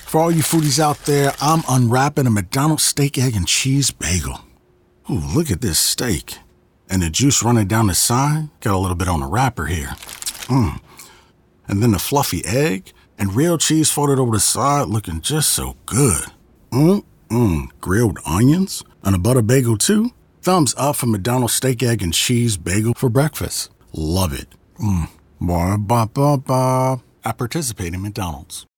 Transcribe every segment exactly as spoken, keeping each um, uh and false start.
For all you foodies out there, I'm unwrapping a McDonald's steak, egg, and cheese bagel. Ooh, look at this steak. And the juice running down the side. Got a little bit on the wrapper here. Mmm. And then the fluffy egg and real cheese folded over the side looking just so good. Mmm-mmm. Grilled onions and a butter bagel too. Thumbs up for McDonald's steak, egg, and cheese bagel for breakfast. Love it. Mmm. Ba ba ba ba. I participate in McDonald's.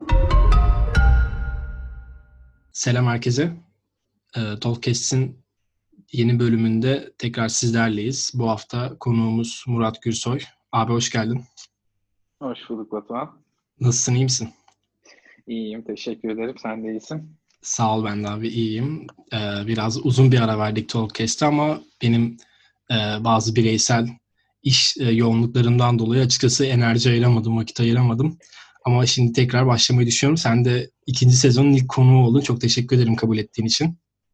Selam herkese. E, Talkcast'in yeni bölümünde tekrar sizlerleyiz. Bu hafta konuğumuz Murat Gürsoy. Abi hoş geldin. Hoş bulduk Batuhan. Nasılsın, iyi misin? İyiyim, teşekkür ederim. Sen de iyisin. Sağ ol, ben de abi iyiyim. Ee, biraz uzun bir ara verdik Talkcast'te ama benim e, bazı bireysel iş e, yoğunluklarından dolayı açıkçası enerji ayıramadım, vakit ayıramadım. Ama şimdi tekrar başlamayı düşünüyorum. Sen de ikinci sezonun ilk konuğu oldun. Çok teşekkür ederim kabul ettiğin için.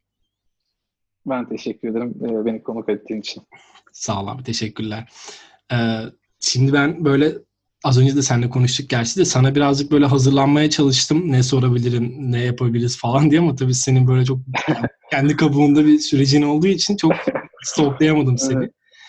Ben teşekkür ederim e, beni konuk ettiğin için. Sağ ol abi, teşekkürler. Ee, şimdi ben böyle az önce de seninle konuştuk gerçi de sana birazcık böyle hazırlanmaya çalıştım. Ne sorabilirim, ne yapabiliriz falan diye ama tabii senin böyle çok kendi kabuğunda bir sürecin olduğu için çok stalklayamadım seni.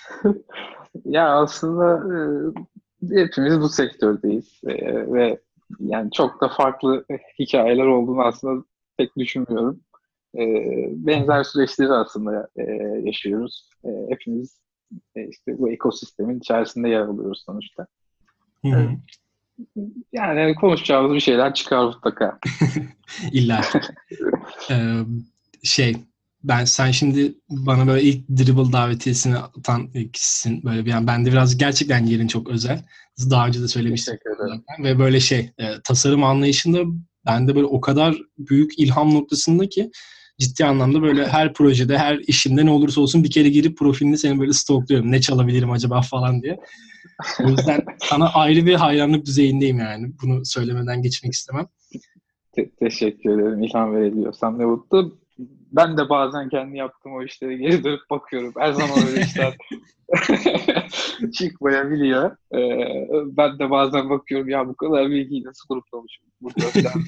Ya aslında e, hepimiz bu sektördeyiz e, ve yani çok da farklı hikayeler olduğunu aslında pek düşünmüyorum. E, benzer süreçleri aslında e, yaşıyoruz. E, hepimiz e, işte bu ekosistemin içerisinde yer alıyoruz sonuçta. Hı hı. Yani konuşacağımız bir şeyler çıkar mutlaka. İlla ki. Ee, şey, ben sen şimdi bana böyle ilk dribble davetiyesini atan kişisin. Böyle bir yani ben de biraz gerçekten yerin çok özel. Daha önce de söylemiştim. Ve böyle şey, e, tasarım anlayışında ben de böyle o kadar büyük ilham noktasında ki ciddi anlamda böyle her projede, her işimde ne olursa olsun bir kere girip profilini seni böyle stalkluyorum. Ne çalabilirim acaba falan diye. O yüzden sana ayrı bir hayranlık düzeyindeyim yani. Bunu söylemeden geçmek istemem. Te- teşekkür ederim. İlham verebiliyorsam ne mutlu. Ben de bazen kendi yaptığım o işlere geri dönüp bakıyorum. Her zaman öyle işler çıkmayabiliyor. Ee, ben de bazen bakıyorum ya bu kadar bilgiyi nasıl gruplamışım burada falan.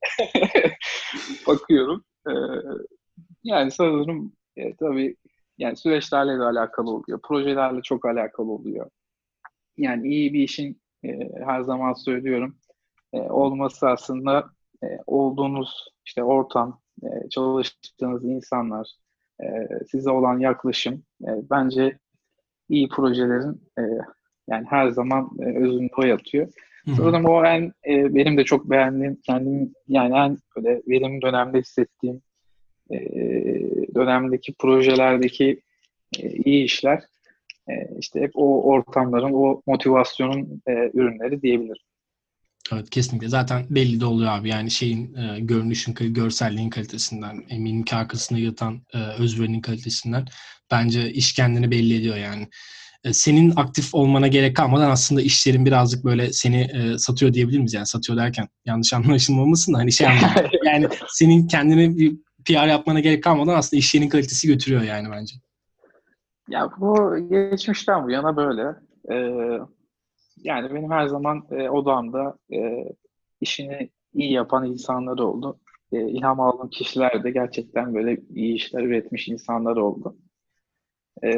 Bakıyorum. Ee, yani sanırım e, tabii yani süreçlerle de alakalı oluyor. Projelerle çok alakalı oluyor. Yani iyi bir işin e, her zaman söylüyorum e, olması aslında e, olduğunuz işte ortam, e, çalıştığınız insanlar, e, size olan yaklaşım e, bence iyi projelerin e, yani her zaman e, özünde o yatıyor. Hı hı. Sanırım o en e, benim de çok beğendiğim, kendim yani en böyle verimli dönemde hissettiğim e, dönemdeki projelerdeki e, iyi işler e, işte hep o ortamların, o motivasyonun e, ürünleri diyebilirim. Evet, kesinlikle. Zaten belli de oluyor abi. Yani şeyin e, görünüşün, görselliğin kalitesinden, eminim ki arkasında yatan e, özverinin kalitesinden bence iş kendini belli ediyor yani. E, senin aktif olmana gerek kalmadan aslında işlerin birazcık böyle seni e, satıyor diyebilir miyiz? Yani satıyor derken yanlış anlaşılmamasın da hani şey anlamında. Yani senin kendine bir P R yapmana gerek kalmadan aslında işlerin kalitesi götürüyor yani bence. Ya bu geçmişten bu yana böyle. Ee, yani benim her zaman e, odamda e, işini iyi yapan insanlar oldu. E, ilham aldığım kişiler de gerçekten böyle iyi işler üretmiş insanlar oldu. E,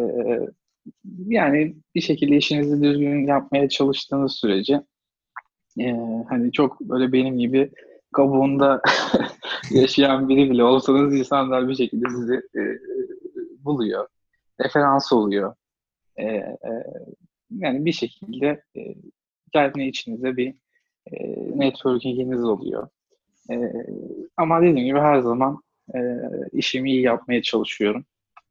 yani bir şekilde işinizi düzgün yapmaya çalıştığınız sürece e, hani çok böyle benim gibi kabuğunda yaşayan biri bile olsanız insanlar bir şekilde sizi e, buluyor. Referans oluyor. E, e, yani bir şekilde e, kendi içinizde bir e, networking'iniz oluyor. E, ama dediğim gibi her zaman e, işimi iyi yapmaya çalışıyorum.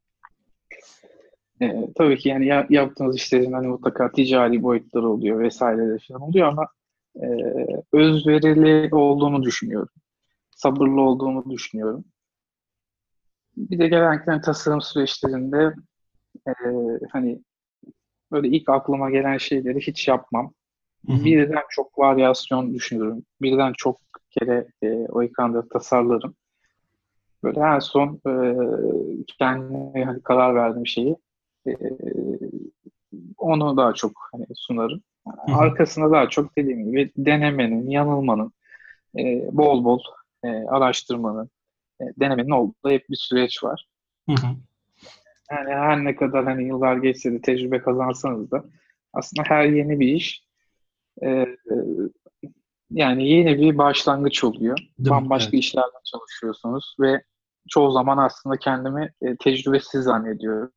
E, tabii ki yani ya, yaptığınız işlerin hani mutlaka ticari boyutları oluyor vesaireler falan oluyor ama e, özverili olduğunu düşünüyorum. Sabırlı olduğunu düşünüyorum. Bir de genellikle tasarım süreçlerinde e, hani böyle ilk aklıma gelen şeyleri hiç yapmam. Hı hı. Birden çok varyasyon düşünürüm. Birden çok kere e, o ekranda tasarlarım. Böyle en son e, kendime hani karar verdiğim şeyi e, onu daha çok hani sunarım. Yani Hı hı. arkasında daha çok dediğim gibi denemenin, yanılmanın, e, bol bol e, araştırmanın, e, denemenin olduğu hep bir süreç var. Hı hı. Yani her ne kadar hani yıllar geçse de tecrübe kazansanız da aslında her yeni bir iş e, e, yani yeni bir başlangıç oluyor. Değil mi? Evet. Bambaşka işlerle çalışıyorsunuz ve çoğu zaman aslında kendimi e, tecrübesiz zannediyorum.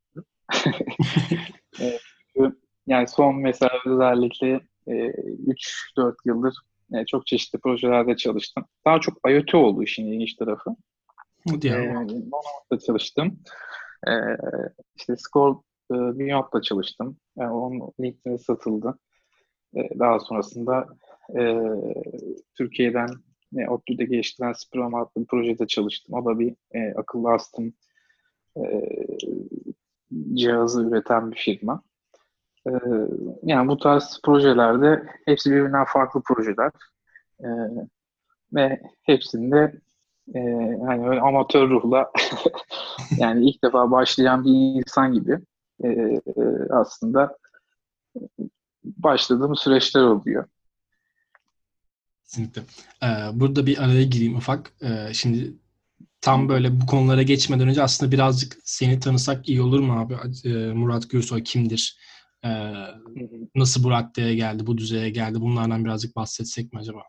E, çünkü yani son mesela özellikle e, üç dört yıldır e, çok çeşitli projelerde çalıştım. Daha çok IoT oldu işin ilginç tarafı. Hadi E, ya. Monomont'ta çalıştım. E, işte Score e, Beyond'da çalıştım. Yani onun LinkedIn'e satıldı. E, daha sonrasında e, Türkiye'den e, ODTÜ'de geliştirilen Sprom adlı bir projede çalıştım. O da bir e, akıllı astım e, cihazı üreten bir firma. E, Yani bu tarz projelerde hepsi birbirinden farklı projeler. E, Ve hepsinde e, hani öyle amatör ruhla yani ilk defa başlayan bir insan gibi e, e, aslında başladığım süreçler oluyor. Kesinlikle. Ee, burada bir araya gireyim ufak. Ee, şimdi tam böyle bu konulara geçmeden önce aslında birazcık seni tanısak iyi olur mu abi? Ee, Murat Gürsoy kimdir? Ee, nasıl bu raddeye geldi, bu düzeye geldi? Bunlardan birazcık bahsetsek mi acaba?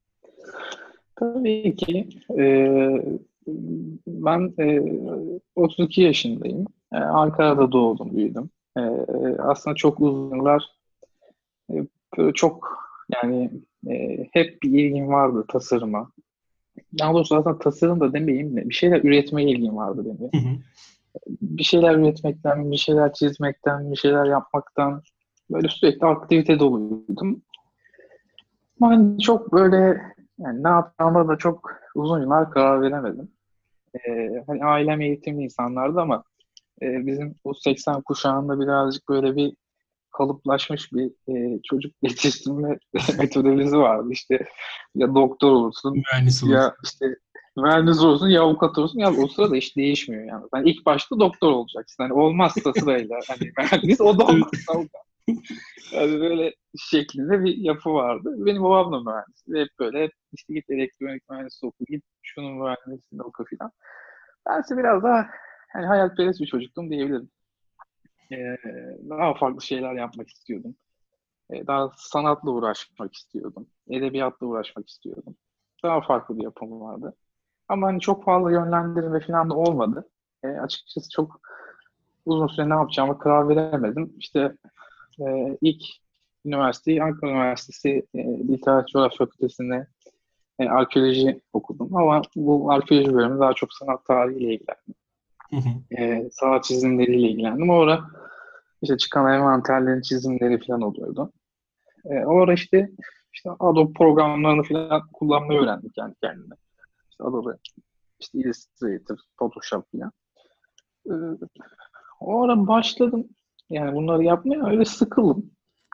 Tabii ki. Ee, ben e, otuz iki yaşındayım. Ee, Ankara'da doğdum, büyüdüm. Ee, aslında çok uzun yıllar e, böyle çok yani e, hep bir ilgim vardı tasarıma. Daha doğrusu aslında tasarım da demeyeyim de bir şeyler üretmeye ilgim vardı benim. Hı hı. Bir şeyler üretmekten, bir şeyler çizmekten, bir şeyler yapmaktan böyle sürekli aktivite doluydum. Ama hani çok böyle yani ne yapacağıma da çok uzun yıllar karar veremedim. Ee, hani ailem eğitimli insanlardı ama e, bizim bu seksen kuşağında birazcık böyle bir kalıplaşmış bir e, çocuk yetiştirme metodoloji vardı. İşte ya doktor olursun Mühendis olur. ya işte mühendis olursun ya avukat olursun ya o sırada iş değişmiyor yani. Yani ilk başta doktor olacaksın. Hani olmazsa sırayla hani mühendis o da olmazsa avukat. Yani böyle şeklinde bir yapı vardı. Benim babam da mühendis. Ve hep böyle hep işte git elektronik mühendisi oku, git şunun mühendisliğini oku filan. Ben ise biraz daha hani hayalperest bir çocuktum diyebilirim. Ee, Daha farklı şeyler yapmak istiyordum. Ee, daha sanatla uğraşmak istiyordum. Edebiyatla uğraşmak istiyordum. Daha farklı bir yapım vardı. Ama hani çok fazla yönlendirme falan da olmadı. Ee, açıkçası çok uzun süre ne yapacağımı karar veremedim. İşte e, ilk üniversiteyi Ankara Üniversitesi e, Literatür Coğrafya Fakültesi'nde e, arkeoloji okudum. Ama bu arkeoloji bölümü daha çok sanat tarihiyle ilgilendim. Hı hı. E, sanat çizimleriyle ilgilendim. O ara işte çıkan envanterlerin çizimleri falan oluyordu. E, o ara işte işte Adobe programlarını falan kullanmayı öğrendim kendi kendime. İşte Adobe, işte Illustrator, Photoshop falan. E, O ara başladım. Yani bunları yapmaya öyle sıkıldım.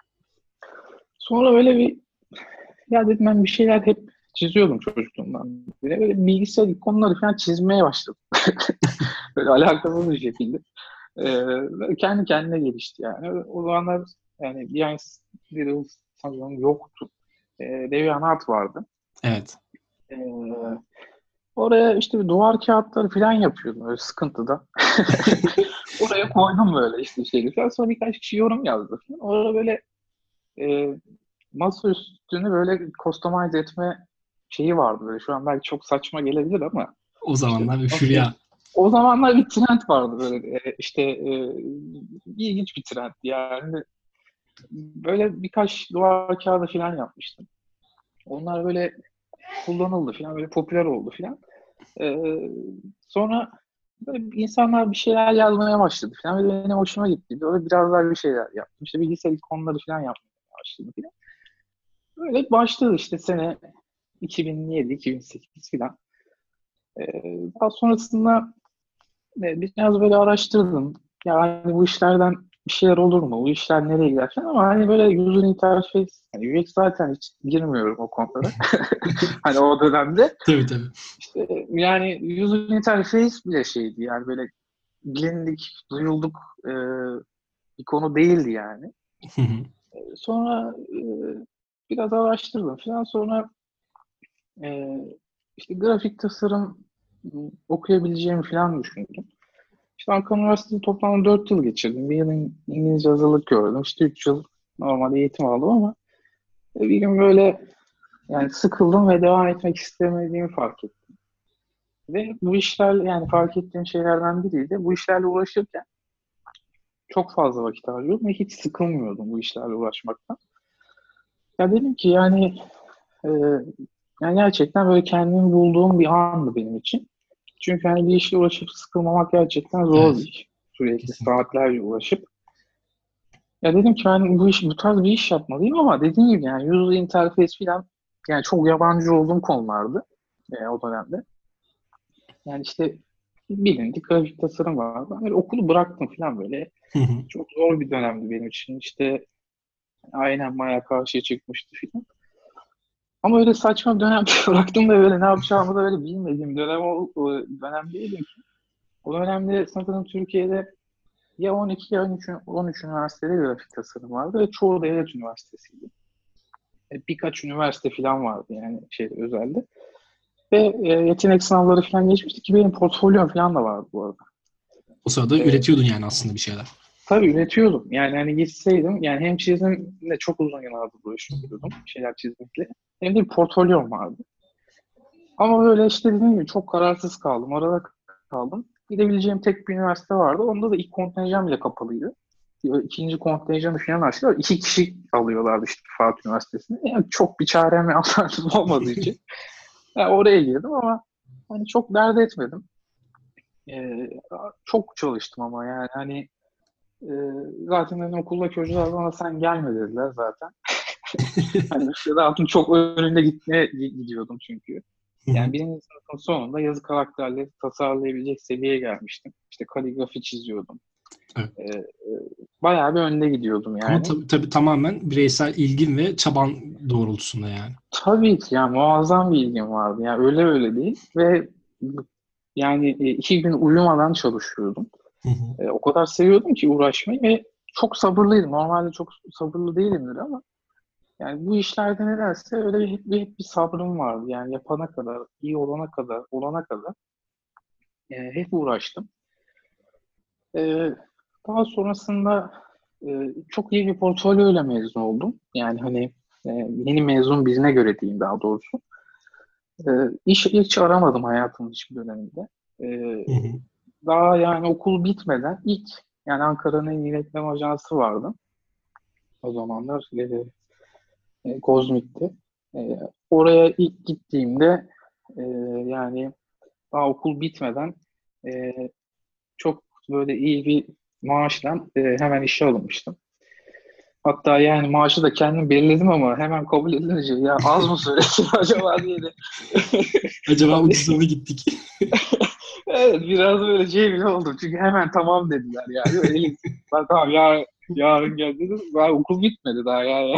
Sonra öyle bir ya dedim ben bir şeyler hep çiziyordum çocukluğumdan. Böyle, böyle bilgisayar ikonları falan çizmeye başladım. Böyle alakasız bir şekilde. Ee, böyle kendi kendine gelişti yani. O zamanlar yani Beyoncé Little sanırım yoktu. Ee, DeviantArt vardı. Evet. Ee, Oraya işte bir duvar kağıtları falan yapıyordum öyle sıkıntıda. Oraya koydum böyle işte şeyleri falan. Sonra birkaç kişi yorum yazdı falan. Orada böyle e, masa üstünü böyle customize etme şeyi vardı böyle. Şu an belki çok saçma gelebilir ama O işte zamanlar bir nasıl diyeyim? furya. O zamanlar bir trend vardı böyle e, işte e, ilginç bir trend yani. Böyle birkaç duvar kağıdı falan yapmıştım. Onlar böyle kullanıldı falan böyle popüler oldu falan. E, Sonra böyle insanlar bir şeyler yazmaya başladı falan. Ve benim hoşuma gitti. Böyle biraz daha bir şeyler yaptım. İşte bilgisayar ikonları falan yapmaya başladım falan. Böyle başladı işte sene iki bin yedi iki bin sekiz falan. Ee, Daha sonrasında e, biraz böyle araştırdım. Ya hani bu işlerden bir şeyler olur mu? Bu işler nereye gider falan ama hani böyle user interface, hani U X zaten hiç girmiyorum o konulara. Hani o dönemde Tabii tabii. işte yani user interface bile şeydi yani böyle bilindik, duyulduk e, bir konu değildi yani. Hı hı. Sonra e, biraz araştırdım falan sonra e, işte grafik tasarım okuyabileceğimi falan düşündüm. İşte Ankara Üniversitesi'nde toplamda dört yıl geçirdim. Bir yıl İngilizce hazırlık gördüm. İşte üç yıl normal eğitim aldım ama bir gün böyle yani sıkıldım ve devam etmek istemediğimi fark ettim. Ve bu işler yani fark ettiğim şeylerden biriydi. Bu işlerle uğraşırken çok fazla vakit harcıyordum ve hiç sıkılmıyordum bu işlerle uğraşmaktan. Ya dedim ki yani e, yani gerçekten böyle kendimi bulduğum bir andı benim için. Çünkü hani bir işle uğraşıp sıkılmamak gerçekten zor Evet, bir iş. Sürekli kesinlikle. saatlerce uğraşıp. Ya dedim ki ben bu iş, bu tarz bir iş yapmalıyım ama dediğim gibi yani user interface falan yani çok yabancı olduğum konulardı e, o dönemde. Yani işte bilindik grafik tasarım vardı. Ben böyle okulu bıraktım falan böyle. Hı hı. Çok zor bir dönemdi benim için. İşte aynen bayağı karşıya çıkmıştı falan. Ama öyle saçma bir dönemde bıraktım da böyle ne yapacağımı da böyle bilmediğim dönem o, o dönemdeydim ki. O dönemde sanırım Türkiye'de ya on iki ya on üç, on üç üniversitede grafik tasarım vardı ve çoğu devlet üniversitesiydi. E, birkaç üniversite falan vardı yani şeyde özelde. Ve e, yetenek sınavları falan geçmişti ki benim portfolyom falan da vardı bu arada. O sırada E, üretiyordun yani aslında bir şeyler. tabii üretiyordum. Yani hani gitseydim yani hem çizimle çok uzun yıllardır uğraşıyordum. Bir şeyler çizmekle. Hem de bir portfolyom vardı. Ama böyle işte dediğim gibi çok kararsız kaldım. Arada kaldım. Gidebileceğim tek bir üniversite vardı. Onda da ilk kontenjan bile kapalıydı. İkinci kontenjanı falan açtılar. İki kişi alıyorlardı işte Fatih Üniversitesi'nde. Yani çok bir çarem ve alternatif olmadığı için. Yani oraya girdim ama hani çok dert etmedim. Ee, çok çalıştım ama yani hani e, zaten hani okuldaki hocalar bana sen gelme dediler zaten. Hani müfredatın çok önünde gitmeye gidiyordum çünkü. Hı Yani hı. birinci sınıfın sonunda yazı karakterleri tasarlayabilecek seviyeye gelmiştim. İşte kaligrafi çiziyordum. Evet. Ee, e, bayağı bir önde gidiyordum Ama yani. tabii, tabii tamamen bireysel ilgin ve çaban doğrultusunda yani. Tabii ki yani muazzam bir ilgim vardı. Yani öyle öyle değil. Ve yani e, iki gün uyumadan çalışıyordum. Hı hı. E, o kadar seviyordum ki uğraşmayı ve çok sabırlıydım. Normalde çok sabırlı değilimdir ama yani bu işlerde nedense öyle bir, hep, bir, hep bir sabrım vardı. Yani yapana kadar, iyi olana kadar, olana kadar e, hep uğraştım. E, daha sonrasında e, çok iyi bir portfolyoyla mezun oldum. Yani hani e, yeni mezun birine göre diyeyim daha doğrusu. E, iş hiç aramadım hayatımın hiçbir döneminde. E, Hı hı. daha yani okul bitmeden ilk yani Ankara'nın en iyi reklam ajansı vardı. O zamanlar e, e, Kozmik'ti. E, oraya ilk gittiğimde e, yani daha okul bitmeden e, çok böyle iyi bir maaşla e, hemen işe alınmıştım. Hatta yani maaşı da kendim belirledim ama hemen kabul edilince ya az mı söylesin acaba diye de Acaba tabii ucuza mı gittik? evet biraz böyle şey bile oldum. Çünkü hemen tamam dediler yani. Öyle, ben tamam ya yarın gel dedim. Daha okul bitmedi daha yani.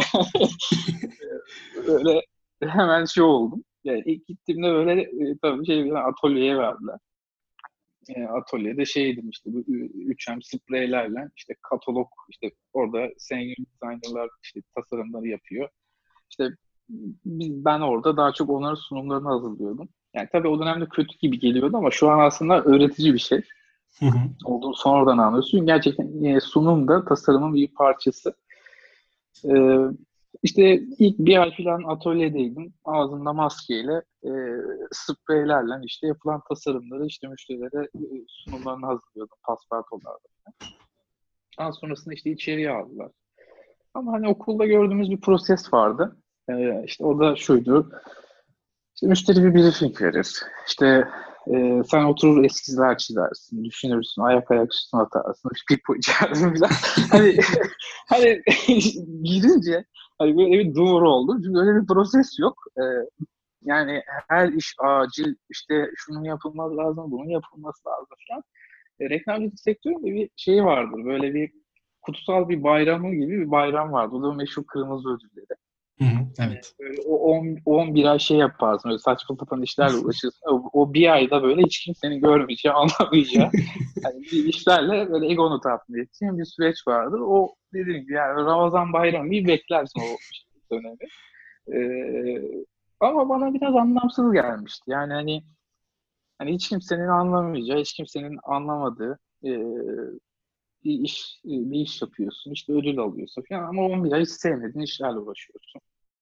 Öyle hemen şey oldum. Yani ilk gittiğimde böyle e, tabii şey bir atölyeye verdiler. E, atölyede şeydim işte bu üç M spreylerle işte katalog işte orada senior designerlar işte tasarımları yapıyor. İşte biz, ben orada daha çok onların sunumlarını hazırlıyordum. Yani tabii o dönemde kötü gibi geliyordu ama şu an aslında öğretici bir şey. Hı hı. Olduğunu sonradan anlıyorsun. Gerçekten e, sunum da tasarımın bir parçası. Ee, işte ilk bir ay falan atölyedeydim. Ağzımda maskeyle e, spreylerle işte yapılan tasarımları işte müşterilere e, sunumlarını hazırlıyordum paspartolarda. Daha sonrasında işte içeriye aldılar. Ama hani okulda gördüğümüz bir proses vardı. Ee, işte o da şuydu. İşte müşteri bir briefing verir. İşte e, sen oturur eskizler çizersin, düşünürsün, ayak ayak üstüne atarsın, pipo içersin falan. Hani hani girince hani böyle bir dur oldu. Çünkü öyle bir proses yok. E, yani her iş acil, işte şunun yapılması lazım, bunun yapılması lazım falan. E, reklamcılık sektöründe bir şey vardır. Böyle bir kutsal bir bayramı gibi bir bayram vardı. O da meşhur kırmızı ödülleri. Hı hı. Evet. Böyle o on, on bir ay şey yaparsın. Öyle saçma sapan işlerle uğraşırsın. O, o bir ayda böyle hiç kimsenin görmeyeceği, anlamayacağı yani bir işlerle böyle egonu tatmin edeceğin bir süreç vardır. O dediğim gibi yani Ramazan bayramı bir beklersin o dönemi. Ee, Ama bana biraz anlamsız gelmişti. Yani hani hani hiç kimsenin anlamayacağı, hiç kimsenin anlamadığı e, bir iş e, bir iş yapıyorsun. İşte ödül alıyorsun falan ama on bir ay hiç sevmediğin işlerle uğraşıyorsun.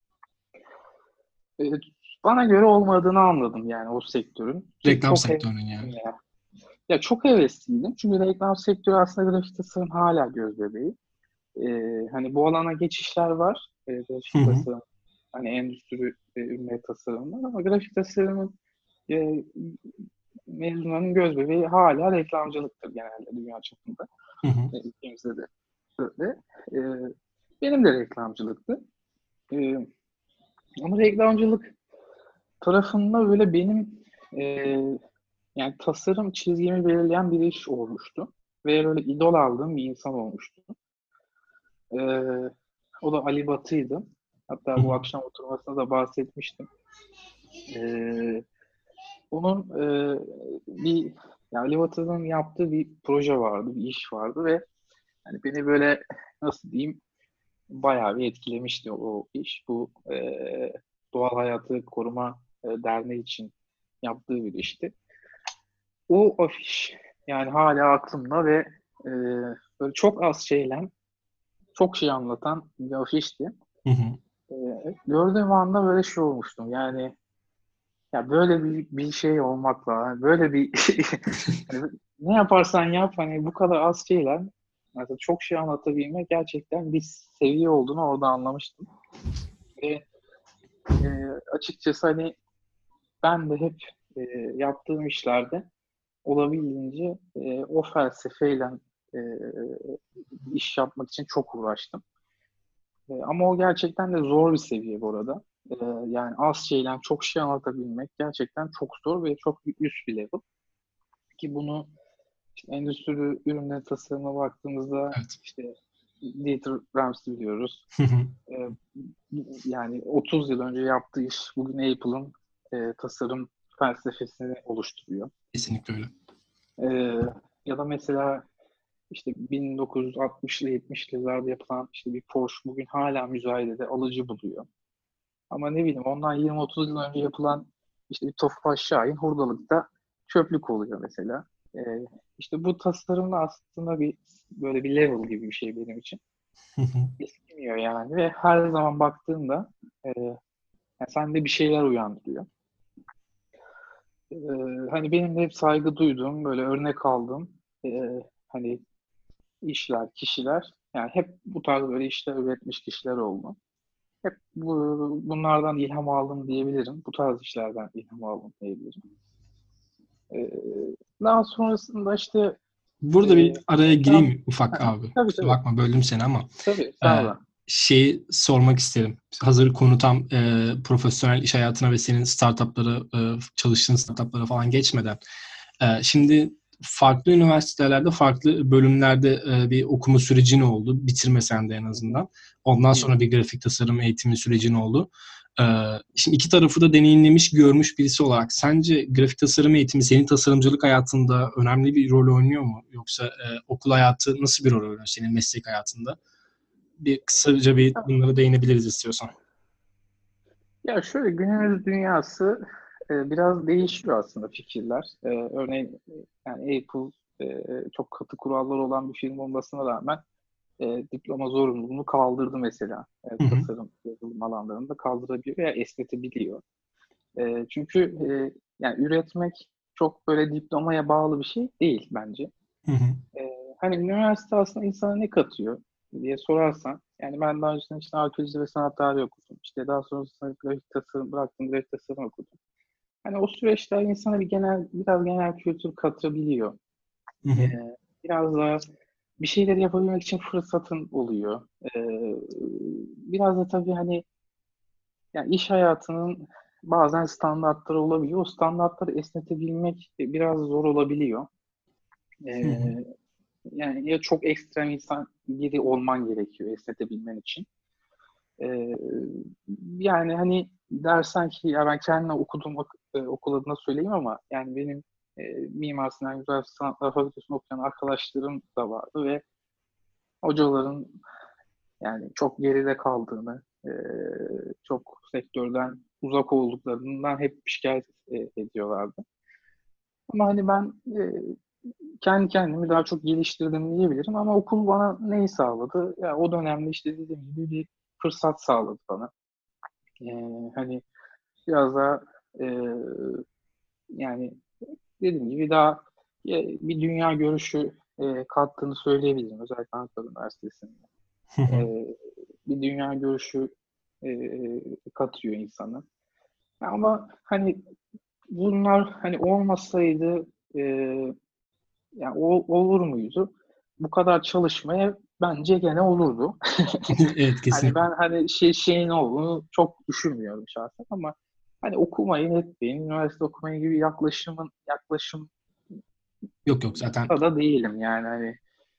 E, Bana göre olmadığını anladım yani o sektörün. Ki Reklam çok sektörünün hevesliydim yani. ya. Ya çok hevesliydim. Çünkü reklam sektörü aslında grafik tasarım hala gözbebeği. E, Hani bu alana geçişler var. E, Hı grafik hı. tasarım, hani endüstri e, ürünleri tasarımlar ama grafik tasarımın e, mezunlarının gözbebeği hala reklamcılıktır genelde dünya çapında. Hı hı. E, ülkemizde de öyle. E, Benim de reklamcılıktı. E, Ama reklamcılık tarafında böyle benim e, yani tasarım çizgimi belirleyen bir iş olmuştu. Ve böyle idol aldığım bir insan olmuştu. E, O da Ali Batı'ydı. Hı Hatta bu hı. akşam oturmasında da bahsetmiştim. E, Onun e, bir yani Ali Batı'nın yaptığı bir proje vardı, bir iş vardı ve hani beni böyle nasıl diyeyim bayağı bir etkilemişti o iş. Bu e, Doğal Hayatı Koruma e, Derneği için yaptığı bir işti. O afiş yani hala aklımda ve e, böyle çok az şeyle çok şey anlatan bir afişti. Hı hı. E, Gördüğüm anda böyle şey olmuştum. Yani ya böyle bir, bir şey olmakla hani böyle bir hani ne yaparsan yap hani bu kadar az şeyle mesela çok şey anlatabilmek gerçekten bir seviye olduğunu orada anlamıştım. Ve e, açıkçası hani ben de hep e, yaptığım işlerde olabildiğince e, o felsefeyle e, iş yapmak için çok uğraştım. E, ama o gerçekten de zor bir seviye bu arada. E, Yani az şeyle çok şey anlatabilmek gerçekten çok zor ve çok üst bir level. Ki bunu işte endüstri ürünleri tasarımına baktığımızda Evet. işte Dieter Rams'ı biliyoruz. Hı hı. E, Yani otuz yıl önce yaptığı iş bugün Apple'ın e, tasarım felsefesini oluşturuyor. Kesinlikle öyle. E, Ya da mesela işte bin dokuz yüz altmışlı yetmişli yıllarda yapılan işte bir Porsche bugün hala müzayedede alıcı buluyor. Ama ne bileyim ondan yirmi otuz yıl önce yapılan işte bir Tofaş Şahin hurdalıkta çöplük oluyor mesela. E, işte bu tasarımda aslında bir böyle bir level gibi bir şey benim için. Hı hı. Eskimiyor yani ve her zaman baktığında e, yani sende bir şeyler uyandırıyor. Ee, Hani benim de hep saygı duyduğum, böyle örnek aldığım e, hani işler, kişiler yani hep bu tarz böyle işler üretmiş kişiler oldu. Hep bu, bunlardan ilham aldım diyebilirim. Bu tarz işlerden ilham aldım diyebilirim. Ee, Daha sonrasında işte e, Burada bir araya gireyim reklam. mi ufak Aha, abi? tabii Kusura tabii. bakma böldüm seni ama Tabii, e, sağ ol. şeyi sormak isterim. Hazır konu tam e, profesyonel iş hayatına ve senin startuplara, e, çalıştığın startuplara falan geçmeden. E, şimdi farklı üniversitelerde, farklı bölümlerde e, bir okuma sürecin oldu. Bitirmesen de en Hı hı, azından. Ondan hı sonra hı. bir grafik tasarım eğitimi sürecin oldu. E, Şimdi iki tarafı da deneyimlemiş, görmüş birisi olarak sence grafik tasarım eğitimi senin tasarımcılık hayatında önemli bir rol oynuyor mu? Yoksa e, okul hayatı nasıl bir rol oynuyor senin meslek hayatında? Bir kısaca bir bunlara değinebiliriz istiyorsan. Ya şöyle günümüz dünyası e, biraz değişiyor aslında fikirler. E, örneğin e, yani Apple e, çok katı kurallar olan bir firma olmasına rağmen e, diploma zorunluluğunu kaldırdı mesela. E, Hı hı. tasarım yazılım alanlarında kaldırabiliyor veya esnetebiliyor. E, çünkü e, yani üretmek çok böyle diplomaya bağlı bir şey değil bence. Hı hı. E, Hani üniversite aslında insana ne katıyor diye sorarsan, yani ben daha önce işte arkeoloji ve sanat tarihi okudum. İşte daha sonrasında grafik tasarım bıraktım, grafik tasarım okudum. Hani o süreçler insana bir genel, biraz genel kültür katabiliyor. Hı hı. Ee, Biraz daha bir şeyleri yapabilmek için fırsatın oluyor. Ee, Biraz da tabii hani yani iş hayatının bazen standartları olabiliyor. O standartları esnetebilmek biraz zor olabiliyor. Hı hı. Ee, Yani ya çok ekstrem insan biri olman gerekiyor esnetebilmen için. Ee, Yani hani dersen ki ya ben kendime okuduğum ok e, okul adına söyleyeyim ama yani benim e, Mimar Sinan Güzel Sanatlar Fakültesi'nde okuyan arkadaşlarım da vardı ve hocaların yani çok geride kaldığını, e, çok sektörden uzak olduklarından hep şikayet e, ediyorlardı. Ama hani ben e, kendi kendimi daha çok geliştirdim diyebilirim ama okul bana neyi sağladı? Ya o dönemde işte dediğim gibi bir fırsat sağladı bana. E, hani biraz daha e, yani dediğim gibi daha e, bir dünya görüşü e, kattığını söyleyebilirim. Özellikle Ankara Üniversitesi'nde. E, bir dünya görüşü e, katıyor insana. Ama hani bunlar hani olmasaydı e, yani o, olur muydu? Bu kadar çalışmaya bence gene olurdu. Evet, Hani kesinlikle. ben hani şey şeyin olduğunu çok düşünmüyorum şahsen ama hani okumayı etmeyin, üniversite okumayı gibi yaklaşımın yaklaşımda Yok yok zaten da değilim yani hani.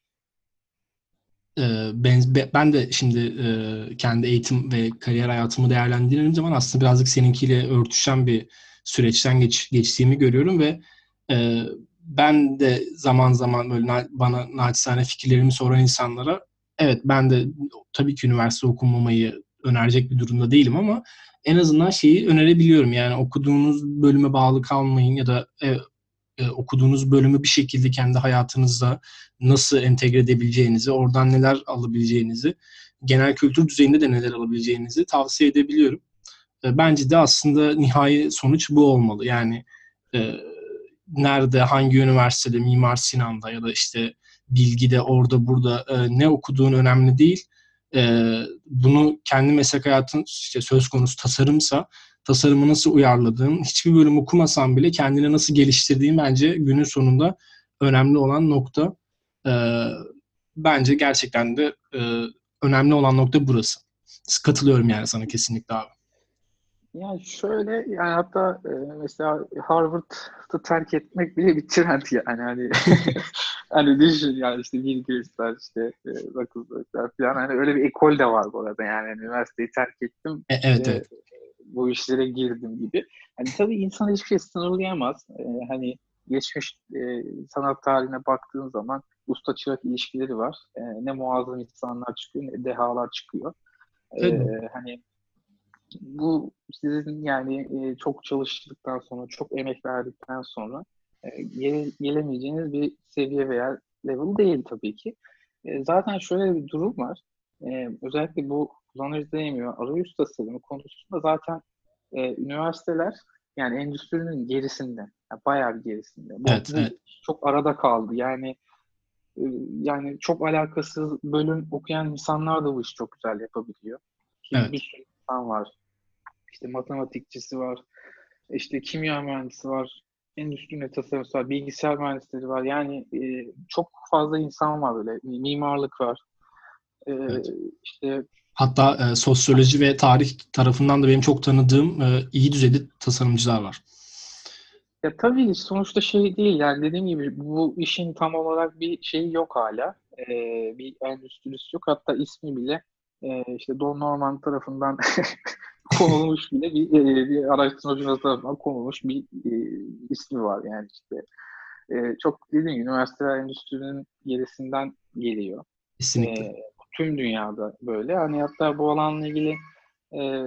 e, ben, be- ben de şimdi e, kendi eğitim ve kariyer hayatımı değerlendirdiğim zaman aslında birazcık seninkiyle örtüşen bir süreçten geç, geçtiğimi görüyorum ve e, ben de zaman zaman böyle na- bana naçizane fikirlerimi soran insanlara evet ben de tabii ki üniversite okumamayı önerecek bir durumda değilim ama en azından şeyi önerebiliyorum. Yani okuduğunuz bölüme bağlı kalmayın ya da e, e, okuduğunuz bölümü bir şekilde kendi hayatınızda nasıl entegre edebileceğinizi, oradan neler alabileceğinizi, genel kültür düzeyinde de neler alabileceğinizi tavsiye edebiliyorum. E, bence de aslında nihai sonuç bu olmalı. Yani e, nerede, hangi üniversitede, Mimar Sinan'da ya da işte Bilgi'de, orada, burada e, ne okuduğun önemli değil. E, bunu kendi meslek hayatın işte söz konusu tasarımsa, tasarımı nasıl uyarladığın, hiçbir bölüm okumasan bile kendini nasıl geliştirdiğin bence günün sonunda önemli olan nokta. E, bence gerçekten de e, önemli olan nokta burası. Katılıyorum yani sana kesinlikle abi. Yani şöyle yani hatta e, mesela Harvard'ı terk etmek bile bir trend yani hani hani düşün yani işte Bill Gates'ler işte e, Zuckerberg'ler falan hani öyle bir ekol de var bu arada yani hani üniversiteyi terk ettim E, evet işte evet. bu işlere girdim gibi. Hani tabii insan hiçbir şey sınırlayamaz. E, hani geçmiş e, sanat tarihine baktığın zaman usta çırak ilişkileri var. E, ne muazzam insanlar çıkıyor ne dehalar çıkıyor. E, Evet, hani bu sizin yani e, çok çalıştıktan sonra, çok emek verdikten sonra e, gele- gelemeyeceğiniz bir seviye veya level değil tabii ki. E, zaten şöyle bir durum var. E, özellikle bu kullanıcı deneyimi ve arayüz tasarımı konusunda zaten e, üniversiteler yani endüstrinin gerisinde, yani bayağı bir gerisinde. Bu, evet, bu evet. çok arada kaldı. Yani e, yani çok alakasız bölüm okuyan insanlar da bu işi çok güzel yapabiliyor. Ki bir Evet. sürü insan var işte matematikçisi var, işte kimya mühendisi var, endüstri tasarımcısı var, bilgisayar mühendisleri var. Yani e, çok fazla insan var böyle. Mimarlık var. E, Evet. işte Hatta e, sosyoloji ve tarih tarafından da benim çok tanıdığım e, iyi düzeyde tasarımcılar var. ya tabii sonuçta şey değil yani dediğim gibi bu işin tam olarak bir şeyi yok hala. E, bir endüstrisi yok. Hatta ismi bile e, işte Don Norman tarafından konulmuş bile bir, e, bir araştırmacı tarafından konulmuş bir e, ismi var yani işte. E, çok dediğim gibi üniversiteler endüstrinin gerisinden geliyor. Kesinlikle. E, tüm dünyada böyle. Hani hatta bu alanla ilgili e,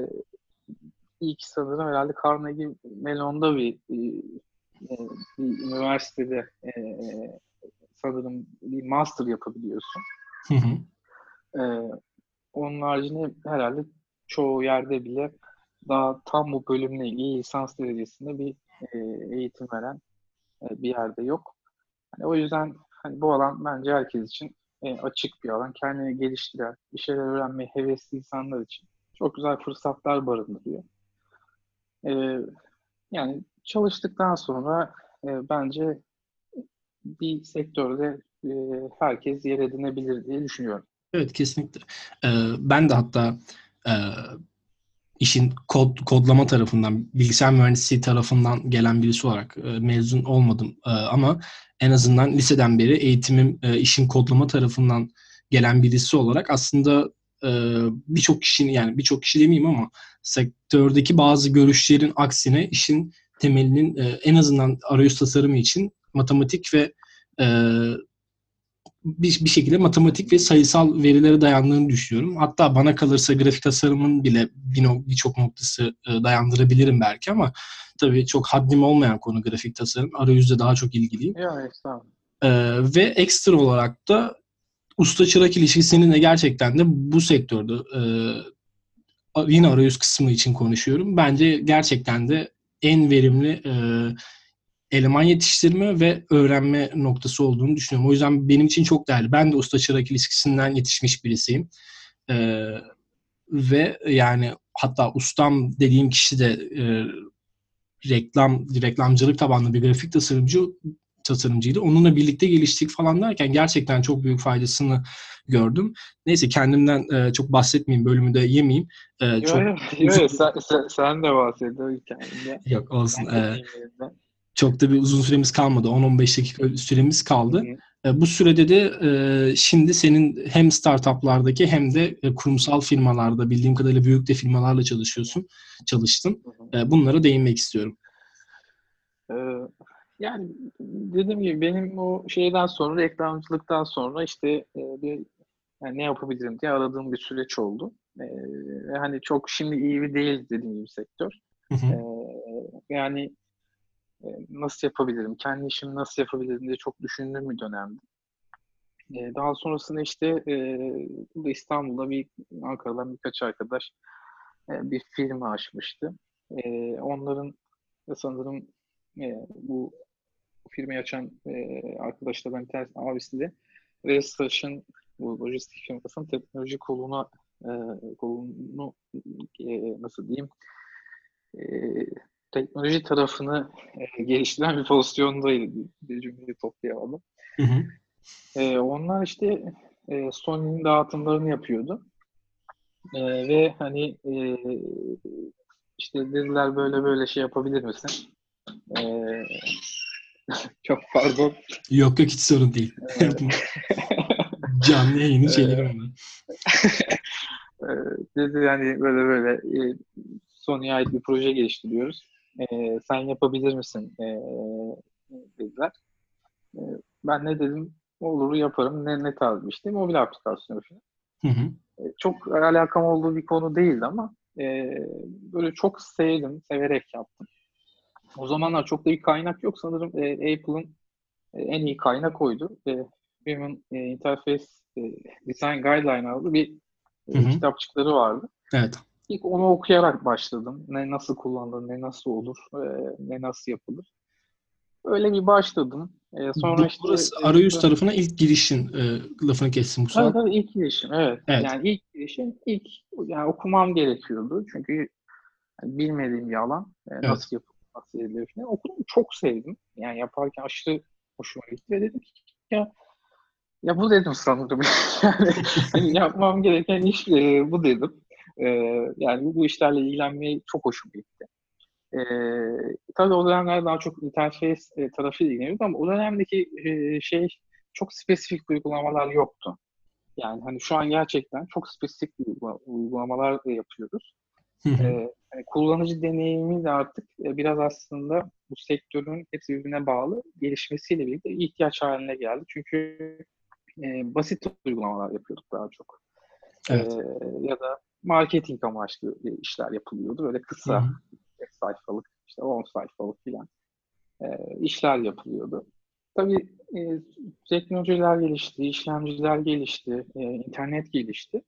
ilk sanırım herhalde Carnegie Mellon'da bir, e, e, bir üniversitede e, sanırım bir master yapabiliyorsun. Hı hı. E, onun haricinde herhalde çoğu yerde bile daha tam bu bölümle ilgili lisans derecesinde bir e, eğitim veren e, bir yerde yok. Hani o yüzden hani bu alan bence herkes için e, açık bir alan. Kendini geliştiren, bir şeyler öğrenmeye hevesli insanlar için çok güzel fırsatlar barındırıyor. E, yani çalıştıktan sonra e, bence bir sektörde e, herkes yer edinebilir diye düşünüyorum. Evet, kesinlikle. E, ben de hatta e, işin kod kodlama tarafından, bilgisayar mühendisliği tarafından gelen birisi olarak e, mezun olmadım. E, ama en azından liseden beri eğitimim e, işin kodlama tarafından gelen birisi olarak aslında e, birçok kişinin yani birçok kişi demeyeyim ama sektördeki bazı görüşlerin aksine işin temelinin e, en azından arayüz tasarımı için matematik ve e, bir, bir şekilde matematik ve sayısal verilere dayandığını düşünüyorum. Hatta bana kalırsa grafik tasarımın bile bir no- birçok noktası e, dayandırabilirim belki ama tabii çok haddim olmayan konu grafik tasarım. Arayüzde daha çok ilgiliyim. Ya estağfurullah. E, ve ekstra olarak da usta çırak ilişkisinin de gerçekten de bu sektörde e, yine arayüz kısmı için konuşuyorum. Bence gerçekten de en verimli e, eleman yetiştirme ve öğrenme noktası olduğunu düşünüyorum. O yüzden benim için çok değerli. Ben de usta çırak ilişkisinden yetişmiş birisiyim. E, ve yani hatta ustam dediğim kişi de e, reklam reklamcılık tabanlı bir grafik tasarımcı tasarımcıydı. Onunla birlikte geliştik falan derken gerçekten çok büyük faydasını gördüm. Neyse kendimden e, çok bahsetmeyeyim, bölümü de yemeyeyim. E, Yo, çok yo, yo, uzun yo, sen, sen, sen de bahsediyorsun kendine. yok olsun. Ben de E, deyim yerine. çok da bir uzun süremiz kalmadı. on on beş dakika süremiz Hı kaldı. hı. E, bu sürede de e, şimdi senin hem startuplardaki hem de e, kurumsal firmalarda bildiğim kadarıyla büyük de firmalarla çalışıyorsun, çalıştın. Hı hı. E, bunlara değinmek istiyorum. Ee, yani dediğim gibi benim o şeyden sonra, reklamcılıktan sonra işte e, bir yani ne yapabilirim diye aradığım bir süreç oldu. Ee, ve hani çok şimdi iyi bir değil dediğim gibi sektör. Hı hı. Ee, yani e, nasıl yapabilirim, kendi işimi nasıl yapabilirim diye çok düşündüğüm bir dönemdi. Ee, daha sonrasında işte e, burada İstanbul'da bir Ankara'dan birkaç arkadaş e, bir firma açmıştı. E, onların da sanırım e, bu firmayı açan e, arkadaşlardan bir tanesi abisi de Restaş'ın bu lojistik firmasının teknoloji koluna e, kolunu e, nasıl diyeyim e, teknoloji tarafını e, geliştiren bir pozisyondaydı bir cümleyi toplayamadım. Hı hı. E, onlar işte e, Sony'nin dağıtımlarını yapıyordu. E, ve hani e, işte dediler böyle böyle şey yapabilir misin? E, çok pardon. Yok yok hiç sorun değil. Canlı yayının şeyleri E, onlar. e, dedi yani böyle böyle e, Sony'ye ait bir proje geliştiriyoruz. E, sen yapabilir misin? E, dediler. E, ben ne dedim? Olur yaparım. Ne, ne tarz bir işte? Mobil aplikasyon. Hı hı. E, çok alakam olduğu bir konu değildi ama e, böyle çok sevdim. Severek yaptım. O zamanlar çok da bir kaynak yok. Sanırım e, Apple'ın e, en iyi kaynak oydu. E, Human e, Interface e, Design Guideline adlı bir Hı e, hı. kitapçıkları vardı. Evet. İlk onu okuyarak başladım. Ne nasıl kullanılır, ne nasıl olur, e, ne nasıl yapılır. Öyle bir başladım. E, sonra Bu- işte Burası e, arayüz burada tarafına ilk girişin e, lafını kestim tabii kusura. tabii ilk girişim evet. Evet. Yani ilk girişim ilk yani okumam gerekiyordu. Çünkü yani bilmediğim bir alan. E, Evet. nasıl yapılır, nasıl edilir falan. Okudum çok sevdim. Yani yaparken aşırı hoşuma gitti ve dedim ki ya ya bu dedim sanırım. Yani hani yapmam gereken iş e, bu dedim. E, yani bu işlerle ilgilenmeyi çok hoşuma gitti. E, tabii o dönemler daha çok interface e, tarafıyla ilgileniyordu ama o dönemdeki e, şey çok spesifik uygulamalar yoktu. Yani hani şu an gerçekten çok spesifik uygula- uygulamalar da yapıyoruz. Hı hı. Ee, hani kullanıcı deneyimi de artık e, biraz aslında bu sektörün hepsi birbirine bağlı gelişmesiyle birlikte ihtiyaç haline geldi. Çünkü e, basit uygulamalar yapıyorduk daha çok. E, Evet. ya da marketing amaçlı e, işler yapılıyordu. Böyle Hı kısa hı. beş sayfalık, işte on sayfalık filan e, işler yapılıyordu. Tabii e, teknolojiler gelişti, işlemciler gelişti, e, internet gelişti.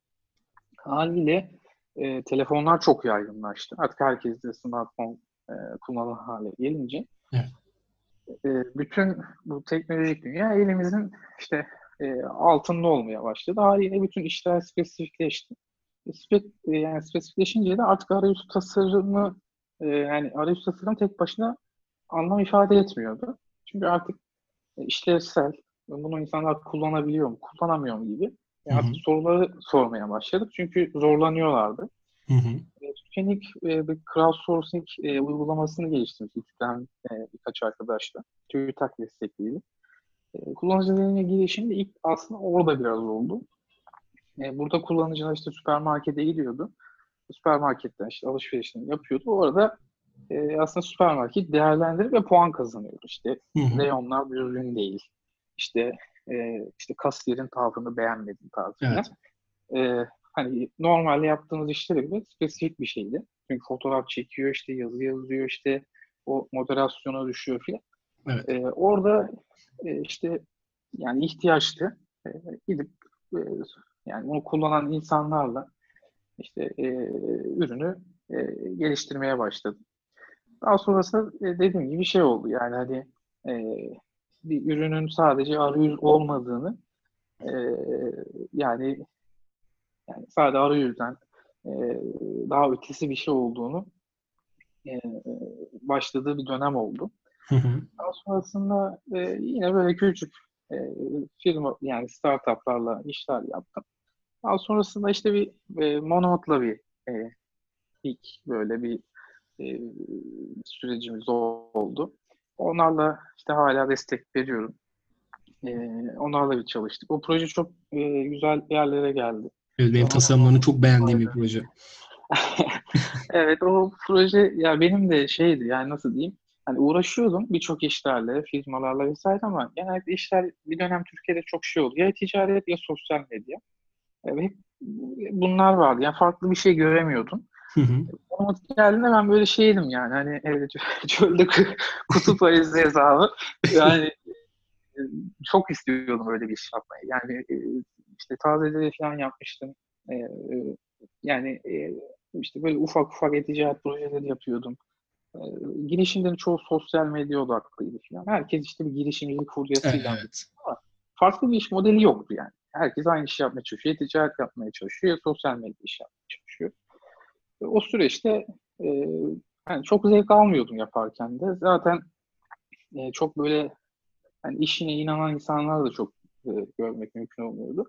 Haliyle e, telefonlar çok yaygınlaştı. Artık herkes de smartphone e, kullanır hale gelince Evet. e, bütün bu teknolojik dünya elimizin işte e, altında olmaya başladı. Haliyle bütün işler spesifikleşti. E, Spe, e, yani spesifikleşince de artık arayüz tasarımı e, yani arayüz tasarım tek başına anlam ifade etmiyordu. Çünkü artık e, işlevsel, bunu insanlar kullanabiliyor mu, kullanamıyor mu gibi Hı e, hı. artık soruları sormaya başladık. Çünkü zorlanıyorlardı. Hı hı. E, Türkiye'nin ilk e, bir crowdsourcing e, uygulamasını geliştirdik ilkten e, birkaç arkadaşla. TÜBİTAK destekliydi. E, kullanıcı deneyimine girişim de ilk aslında orada biraz oldu. E, burada kullanıcılar işte süpermarkete gidiyordu. Süpermarketten işte alışverişini yapıyordu. Orada e, aslında süpermarket değerlendirip ve puan kazanıyordu. İşte Hı hı. reyonlar düzgün değil. İşte e, işte kasiyerin tavrını beğenmedim tarzında. Evet. E, hani normalde yaptığımız işlere göre spesifik bir şeydi. Çünkü fotoğraf çekiyor, işte yazı yazıyor, işte o moderasyona düşüyor filan. Evet. E, orada e, işte yani ihtiyaçtı. E, gidip e, yani bunu kullanan insanlarla işte e, ürünü e, geliştirmeye başladım. Daha sonrasında e, dediğim gibi şey oldu. Yani hani e, bir ürünün sadece arayüz olmadığını e, yani yani sadece arayüzden e, daha ötesi bir şey olduğunu e, başladığı bir dönem oldu. Hı hı. Daha sonrasında e, yine böyle küçük e, firma yani startuplarla işler yaptım. Daha sonrasında işte bir e, Monomode'la bir e, ilk böyle bir e, sürecimiz oldu. Onlarla işte hala destek veriyorum. E, onlarla bir çalıştık. O proje çok e, güzel yerlere geldi. Evet, benim Zaman tasarımlarını çok beğendiğim bir aynen. proje. Evet o proje ya benim de şeydi yani nasıl diyeyim hani uğraşıyordum birçok işlerle, firmalarla vesaire ama genelde işler bir dönem Türkiye'de çok şey oldu. Ya ticaret ya sosyal medya. Evet, bunlar vardı. Yani farklı bir şey göremiyordum. Hı hı. Ama geldiğinde ben böyle şeydim yani hani evet, çölde kutup ayısı hesabı. Yani e, çok istiyordum öyle bir iş yapmayı. Yani e, işte tazeleri falan yapmıştım. E, e, yani e, işte böyle ufak ufak e-ticaret projeleri yapıyordum. E, girişimlerin çoğu sosyal medya odaklıydı falan. Herkes işte bir girişimcilik furyasıyla Evet. ama farklı bir iş modeli yoktu yani. Herkes aynı işi yapmaya çalışıyor. Ya ticaret yapmaya çalışıyor ya sosyal medya işi yapmaya çalışıyor. E, o süreçte e, yani çok zevk almıyordum yaparken de. Zaten e, çok böyle yani işine inanan insanlar da çok e, görmek mümkün olmuyordu.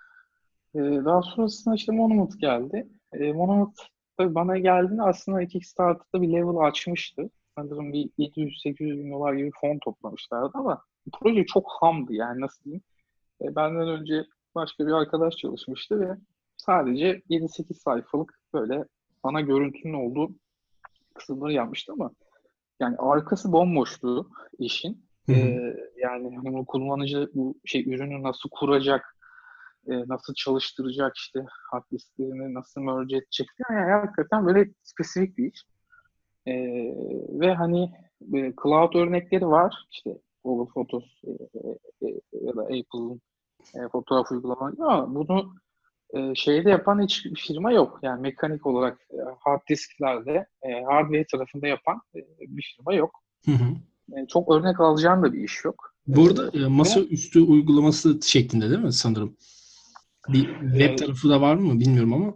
E, daha sonrasında işte Monomot geldi. E, Monomot tabii bana geldiğinde aslında iki Kickstarter'da bir level açmıştı. Sanırım bir yedi yüz sekiz yüz bin dolar gibi fon toplamışlardı ama proje çok hamdı yani nasıl diyeyim. E, benden önce başka bir arkadaş çalışmıştı ve sadece yedi sekiz sayfalık böyle ana görüntünün olduğu kısımları yapmıştı ama yani arkası bomboştu işin. Hı Ee, hı. yani hani bu kullanıcı bu şey ürünü nasıl kuracak, e, nasıl çalıştıracak işte hard disklerini nasıl merge edecek yani hakikaten böyle spesifik bir iş. Ee, ve hani e, cloud örnekleri var işte Google Photos e, e, e, ya da Apple'ın e, fotoğraf uygulamaları ama bunu e, şeyde yapan hiçbir firma yok. Yani mekanik olarak e, hard disklerde e, hardware tarafında yapan e, bir firma yok. Hı hı. E, çok örnek alacağın da bir iş yok. E, Burada e, ve masaüstü uygulaması şeklinde değil mi sanırım? Bir web e, tarafı da var mı bilmiyorum ama.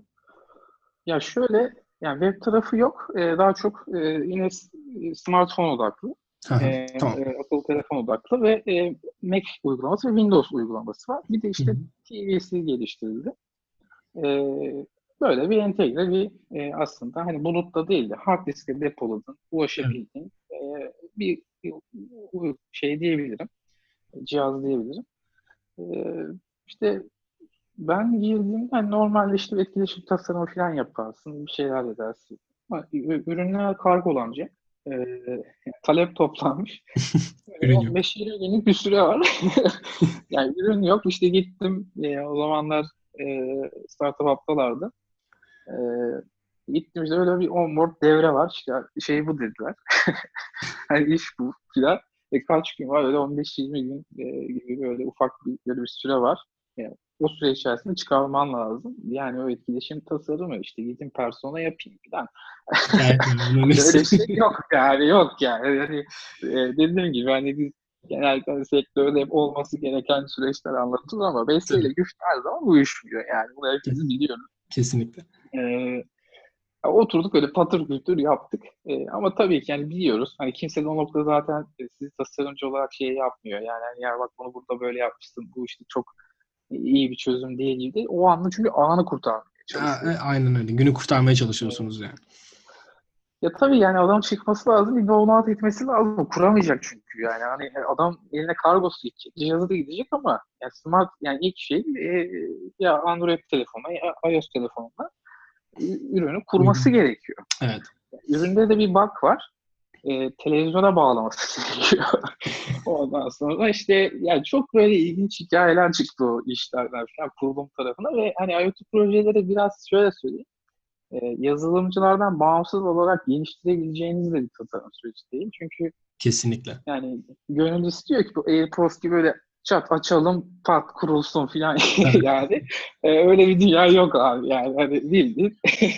ya şöyle yani web tarafı yok. E, daha çok e, yine s- smartphone odaklı. Hı E, hı. Tamam. e, akıllı telefon odaklı ve e, Mac uygulaması ve Windows uygulaması var. Bir de Hı hı. işte T V C geliştirildi. E, böyle bir entegre bir e, aslında hani bulutta değil de hard diske depoladın, Evet. ulaşabildiğin e, bir, bir şey diyebilirim. Cihaz diyebilirim. E, işte ben girdiğimde hani normalde işte etkileşim tasarımı falan yaparsın, bir şeyler edersin. Ama ü- ürünler kargolanacak. E, talep toplanmış. Ürün yok. on beş yirmi günlük bir süre var. Yani ürün yok. İşte gittim e, o zamanlar e, startup haftalardı. E, gittim işte öyle bir onboard devre var. İşte şey bu dediler. Hani iş bu filan. E, kaç gün var? Öyle on beş yirmi gün e, gibi böyle ufak bir, böyle bir süre var. Yani o süre içerisinde çıkarman lazım. Yani o etkileşim tasarımı işte gidin persona yapayım filan. Evet, yani bunların hepsi. Öyle şey yok yani yok yani. Yani e, dediğim gibi hani biz genelde hani sektörde hep olması gereken süreçler anlatılır ama besleyle Tabii. güç her zaman uyuşmuyor yani. Bunu hepimiz Kes- biliyoruz. Kesinlikle. E, oturduk öyle patır küldür yaptık. E, ama tabii ki yani biliyoruz. Hani kimse de o noktada zaten e, sizi tasarımcı olarak şey yapmıyor. Yani hani ya bak bunu burada böyle yapmışsın. Bu işte çok iyi bir çözüm değil gibi değil. O anı çünkü anı kurtarmaya Ya, e, çalışıyorsun. aynen öyle. Günü kurtarmaya E, çalışıyorsunuz yani. ya tabii yani adam çıkması lazım. Bir download etmesi lazım. Kuramayacak çünkü yani. Hani adam eline kargosu gidecek. Cihazı da gidecek ama yani smart yani ilk şey e, ya Android telefona ya iOS telefonuna ürünü kurması Uygulama. gerekiyor. Evet. Üründe de bir bug var. e, televizyona bağlaması gerekiyor. Ondan sonra işte yani çok böyle ilginç hikayeler çıktı o işlerden falan kurulum tarafına ve hani IoT projeleri biraz şöyle söyleyeyim. E, yazılımcılardan bağımsız olarak geliştirebileceğiniz de bir tasarım süreci değil. Çünkü Kesinlikle. yani gönül istiyor ki bu AirPods gibi böyle çat açalım pat kurulsun filan Evet. yani e, öyle bir dünya yok abi yani hani bildiğin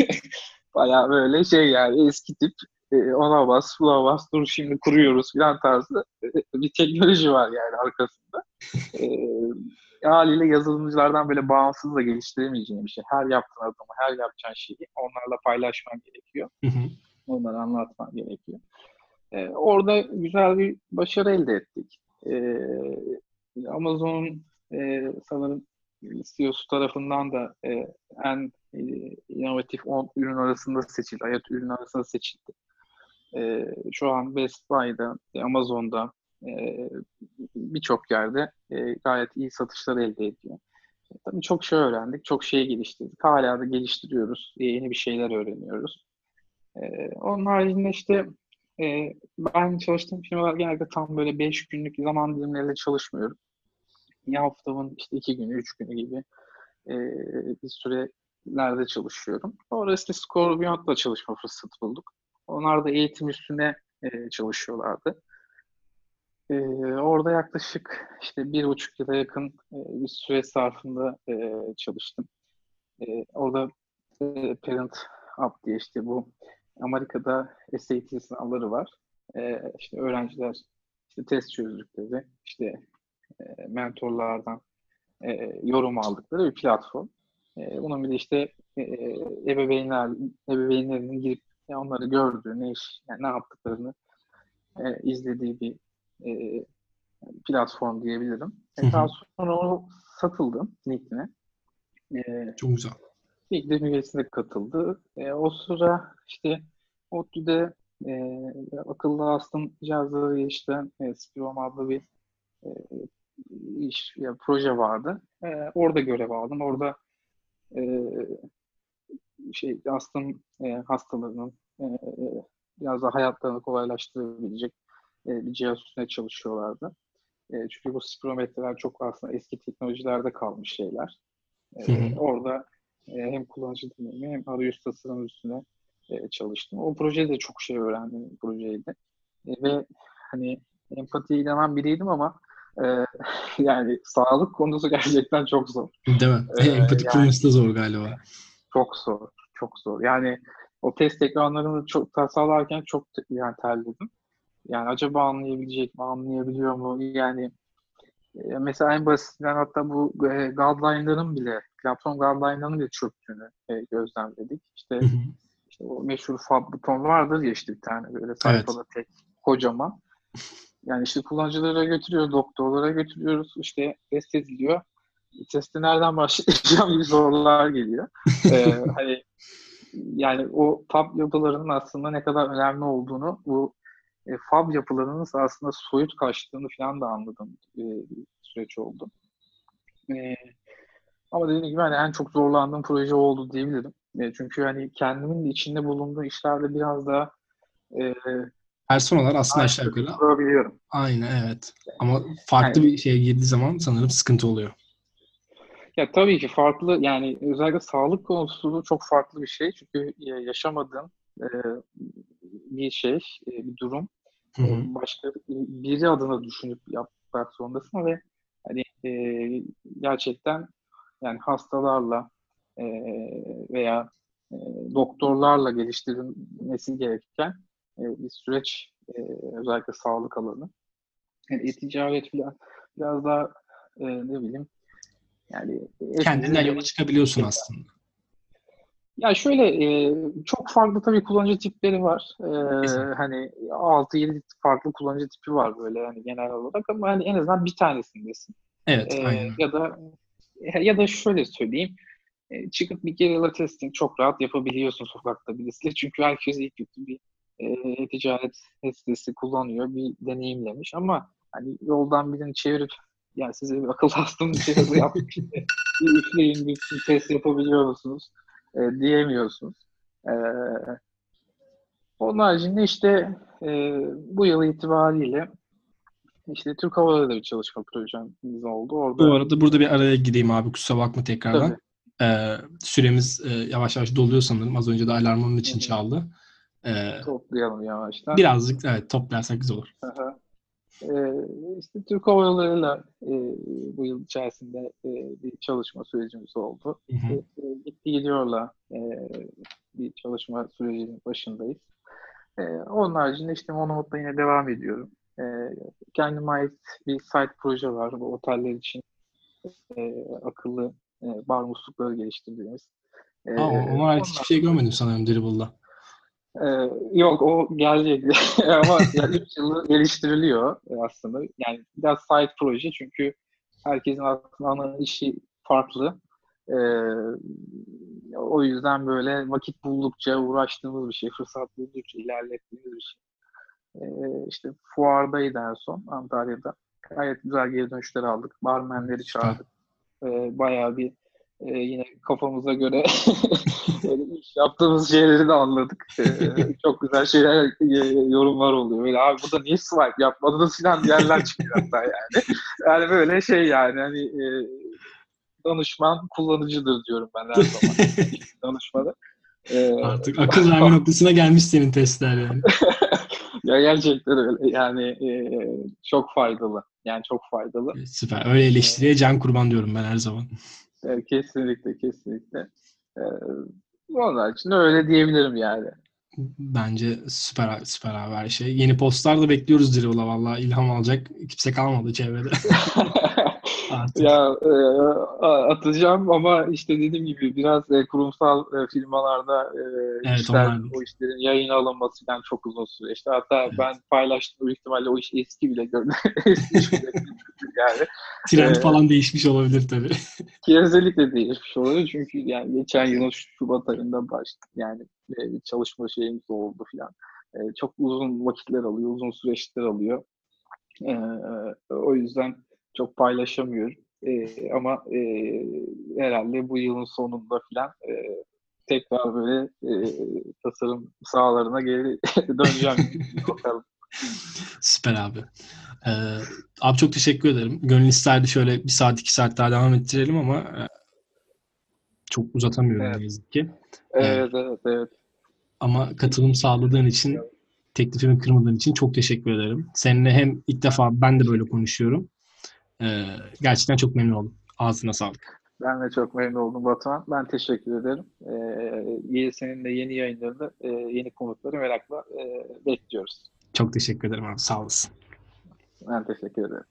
bayağı böyle şey yani eski tip e, ona bas buna bas dur şimdi kuruyoruz filan tarzı e, bir teknoloji var yani arkasında. E, haliyle yazılımcılardan böyle bağımsız da geliştiremeyeceğin bir şey. Her yaptığın adımı, her yapacağın şeyi onlarla paylaşman gerekiyor. Hı hı. Onlara anlatman gerekiyor. Ee, orada güzel bir başarı elde ettik. Ee, Amazon'un e, sanırım C E O'su tarafından da e, en e, inovatif on ürün arasında seçildi. IoT ürün arasında seçildi. E, şu an Best Buy'da, Amazon'da e, birçok yerde e, gayet iyi satışlar elde ediyor. E, tabii çok şey öğrendik, çok şey geliştirdik. Hala da geliştiriyoruz, yeni bir şeyler öğreniyoruz. E, onun haricinde işte e, ben çalıştığım firmalar genelde tam böyle beş günlük zaman dilimleriyle çalışmıyorum. Bir haftamın işte iki günü, üç günü gibi e, bir sürelerde çalışıyorum. Orada işte Scorpion'la çalışma fırsatı bulduk. Onlar da eğitim üstüne e, çalışıyorlardı. E, orada yaklaşık işte bir buçuk yıla yakın e, bir süre zarfında e, çalıştım. E, orada e, Parent Up diye işte bu Amerika'da S A T sınavları var. E, işte öğrenciler işte test çözdükleri, işte e, mentorlardan e, yorum aldıkları bir platform. E, bunun bir de işte e, ebeveynler, ebeveynlerinin girip ya onları gördüğü, ne iş, yani ne yaptıklarını e, izlediği bir e, platform diyebilirim. Hı E, daha hı. sonra o satıldı LinkedIn'e. E, Çok güzel. LinkedIn üyesine katıldı. E, o sıra işte ODTÜ'de e, akıllı astım cihazları geliştiren e, Spirom adlı bir e, iş, ya, proje vardı. E, orada görev aldım. Orada e, şey astım e, hastalarının e, biraz da hayatlarını kolaylaştırabilecek e, bir cihaz üstüne çalışıyorlardı. E, çünkü bu spirometreler çok aslında eski teknolojilerde kalmış şeyler. Hı hı. E, orada e, hem kullanıcı deneyimi hem arayüz tasarım üstüne e, çalıştım. O projede çok şey öğrendim bir projeydi. E, ve hani empatiye inanan biriydim ama e, yani sağlık konusu gerçekten çok zor. Değil mi? E, Empati yani kurması da zor galiba. çok zor, çok zor. Yani o test ekranlarını çok tasarlarken çok yani terledim. Yani acaba anlayabilecek mi, anlayabiliyor mu? Yani e, mesela en basitinden hatta bu e, guideline'ların bile, platform guideline'larının bile çöktüğünü e, gözlemledik. Hı İşte, hı. işte o meşhur Fab buton vardır ya işte bir tane böyle Evet. sayfada tek kocaman. Yani işte kullanıcılara götürüyoruz, doktorlara götürüyoruz, işte test ediliyor. Testi nereden başlayacağım gibi sorular geliyor. Ee, hani yani o fab yapılarının aslında ne kadar önemli olduğunu, bu e, fab yapılarının aslında soyut kaçtığını falan da anladım e, bir süreç oldu. E, ama dediğim gibi hani en çok zorlandığım proje oldu diyebilirim. E, çünkü hani kendimin de içinde bulunduğu işlerde biraz daha e, Personalar aslında aşağı aynı yukarı kurabiliyorum. aynı, evet. Ama farklı Yani bir şeye girdiği zaman sanırım sıkıntı oluyor. ya tabii ki farklı yani özellikle sağlık konusu çok farklı bir şey. Çünkü e, yaşamadığım e, bir şey, e, bir durum. Hı E, hı. başka biri adına düşünüp yapmak zorundasın ve hani e, gerçekten yani hastalarla e, veya e, doktorlarla geliştirilmesi gereken e, bir süreç, e, özellikle sağlık alanı. Yani e-ticaret falan biraz daha e, ne bileyim yani Kendinden hepimizin yola deneyim. çıkabiliyorsun aslında. Ya şöyle e, çok farklı tabii kullanıcı tipleri var. E, Kesin. hani altı yedi farklı kullanıcı tipi var böyle hani genel olarak ama hani en azından bir tanesindesin. E, Evet, aynen. ya da ya da şöyle söyleyeyim. E, çıkıp bir guerrilla testing çok rahat yapabiliyorsun sokakta birisiyle. Çünkü herkes iyi kötü bir e, ticaret sitesi kullanıyor, bir deneyimlemiş ama hani yoldan birini çevirip yani size bir akıl hastane cihazı yaptık işte bir üfleyin bir, bir test yapabiliyor musunuz e, diyemiyorsunuz. E, Onun haricinde işte e, bu yıl itibariyle işte Türk Hava Yolları'da bir çalışma projemiz oldu. Orada... Bu arada burada bir araya gideyim abi, kusura bakma tekrardan. Ee, süremiz e, yavaş yavaş doluyor sanırım. Az önce de alarmım için çaldı. Ee, Toplayalım yavaştan. Birazcık evet toplarsak güzel olur. Aha. Ee, işte Türk Hava Yolları'yla e, bu yıl içerisinde e, bir çalışma sürecimiz oldu. Hı hı. E, Gitti Gidiyor'la e, bir çalışma sürecinin başındayız. E, onun haricinde işte Monomode'da yine devam ediyorum. E, kendime ait bir site proje var. Bu oteller için e, akıllı e, bar muslukları geliştirdiğimiz. E, Aa, ona ait hiçbir şey görmedim sanırım Dribble'da. Ee, yok o gelecek ama yani üç yıldır geliştiriliyor aslında. Yani biraz side proje çünkü herkesin aslında ana işi farklı. Ee, o yüzden böyle vakit buldukça uğraştığımız bir şey, fırsat buldukça ilerlettiğimiz bir şey. Ee, işte fuardaydı en son Antalya'da. Gayet güzel geri dönüşler aldık. Barmenleri çağırdık. Ee, bayağı bir e, yine kafamıza göre iş yaptığımız şeyleri de anladık. Ee, çok güzel şeyler, e, yorumlar oluyor. Böyle abi burada niye swipe yapmadınız falan diyenler çıkıyor hatta yani. Yani böyle şey yani hani e, danışman kullanıcıdır diyorum ben her zaman. Danışmanı. Ee, Artık akıl verme noktasına gelmiş senin testler yani. Ya gerçekten öyle. Yani e, çok faydalı. Yani çok faydalı. Süper. Öyle eleştiriye can kurban diyorum ben her zaman. Evet, kesinlikle, kesinlikle. Ee, onun için öyle diyebilirim yani. Bence süper süper abi her şey. Yeni postlar da bekliyoruz Dribble'a valla. İlham alacak kimse kalmadı çevrede. Ya e, atacağım ama işte dediğim gibi biraz e, kurumsal e, firmalarda e, evet, işler, onlar... o işlerin yayına alınması falan çok uzun süreçti. Hatta evet. Ben paylaştığım büyük ihtimalle o iş eski bile görünüyor. Eski bile yani. Trend e, falan değişmiş olabilir tabii. Kesinlikle değişmiş olabilir çünkü yani geçen yılın Şubat ayında başladı. Yani e, bir çalışma şeyimiz oldu falan. E, çok uzun vakitler alıyor, uzun süreçler alıyor. E, o yüzden çok paylaşamıyorum. Ee, ama e, herhalde bu yılın sonunda falan e, tekrar böyle e, tasarım sahalarına geri döneceğim. Bakalım. Süper abi. Ee, abi çok teşekkür ederim. Gönül isterdi şöyle bir saat iki saat daha devam ettirelim ama e, çok uzatamıyorum evet. Ne yazık ki. Evet, ee, evet, evet. Ama katılım sağladığın için, teklifimi kırmadığın için çok teşekkür ederim. Seninle hem ilk defa ben de böyle konuşuyorum. Ee, gerçekten çok memnun oldum. Ağzına sağlık. Ben de çok memnun oldum Batuhan. Ben teşekkür ederim. Ee, senin de yeni yayınlarında e, yeni konukları merakla e, bekliyoruz. Çok teşekkür ederim abi. Sağ olasın. Ben teşekkür ederim.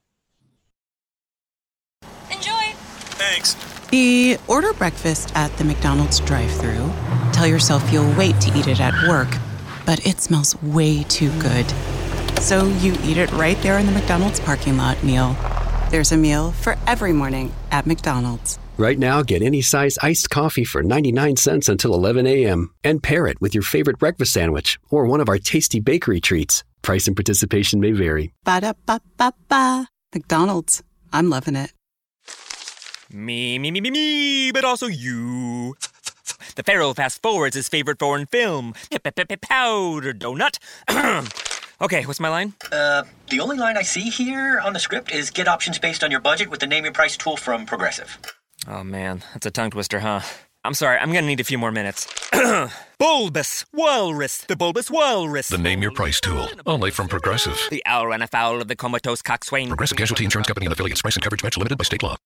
Enjoy. Thanks. You order breakfast at the McDonald's drive-thru. Tell yourself you'll wait to eat it at work, but it smells way too good. So you eat it right there in the McDonald's parking lot meal. There's a meal for every morning at McDonald's. Right now, get any size iced coffee for ninety-nine cents until eleven a.m. and pair it with your favorite breakfast sandwich or one of our tasty bakery treats. Price and participation may vary. Ba-da-ba-ba-ba. McDonald's. I'm loving it. Me, me, me, me, me, but also you. The Pharaoh fast forwards his favorite foreign film, Powder Donut. Okay, what's my line? Uh, the only line I see here on the script is get options based on your budget with the Name Your Price tool from Progressive. Oh man, that's a tongue twister, huh? I'm sorry, I'm gonna need a few more minutes. Bulbous Walrus, the Bulbous Walrus. The Name Your Price tool, only from Progressive. The owl ran afoul of the comatose coxswain. Progressive Casualty Insurance Company and affiliates. Price and coverage match limited by state law.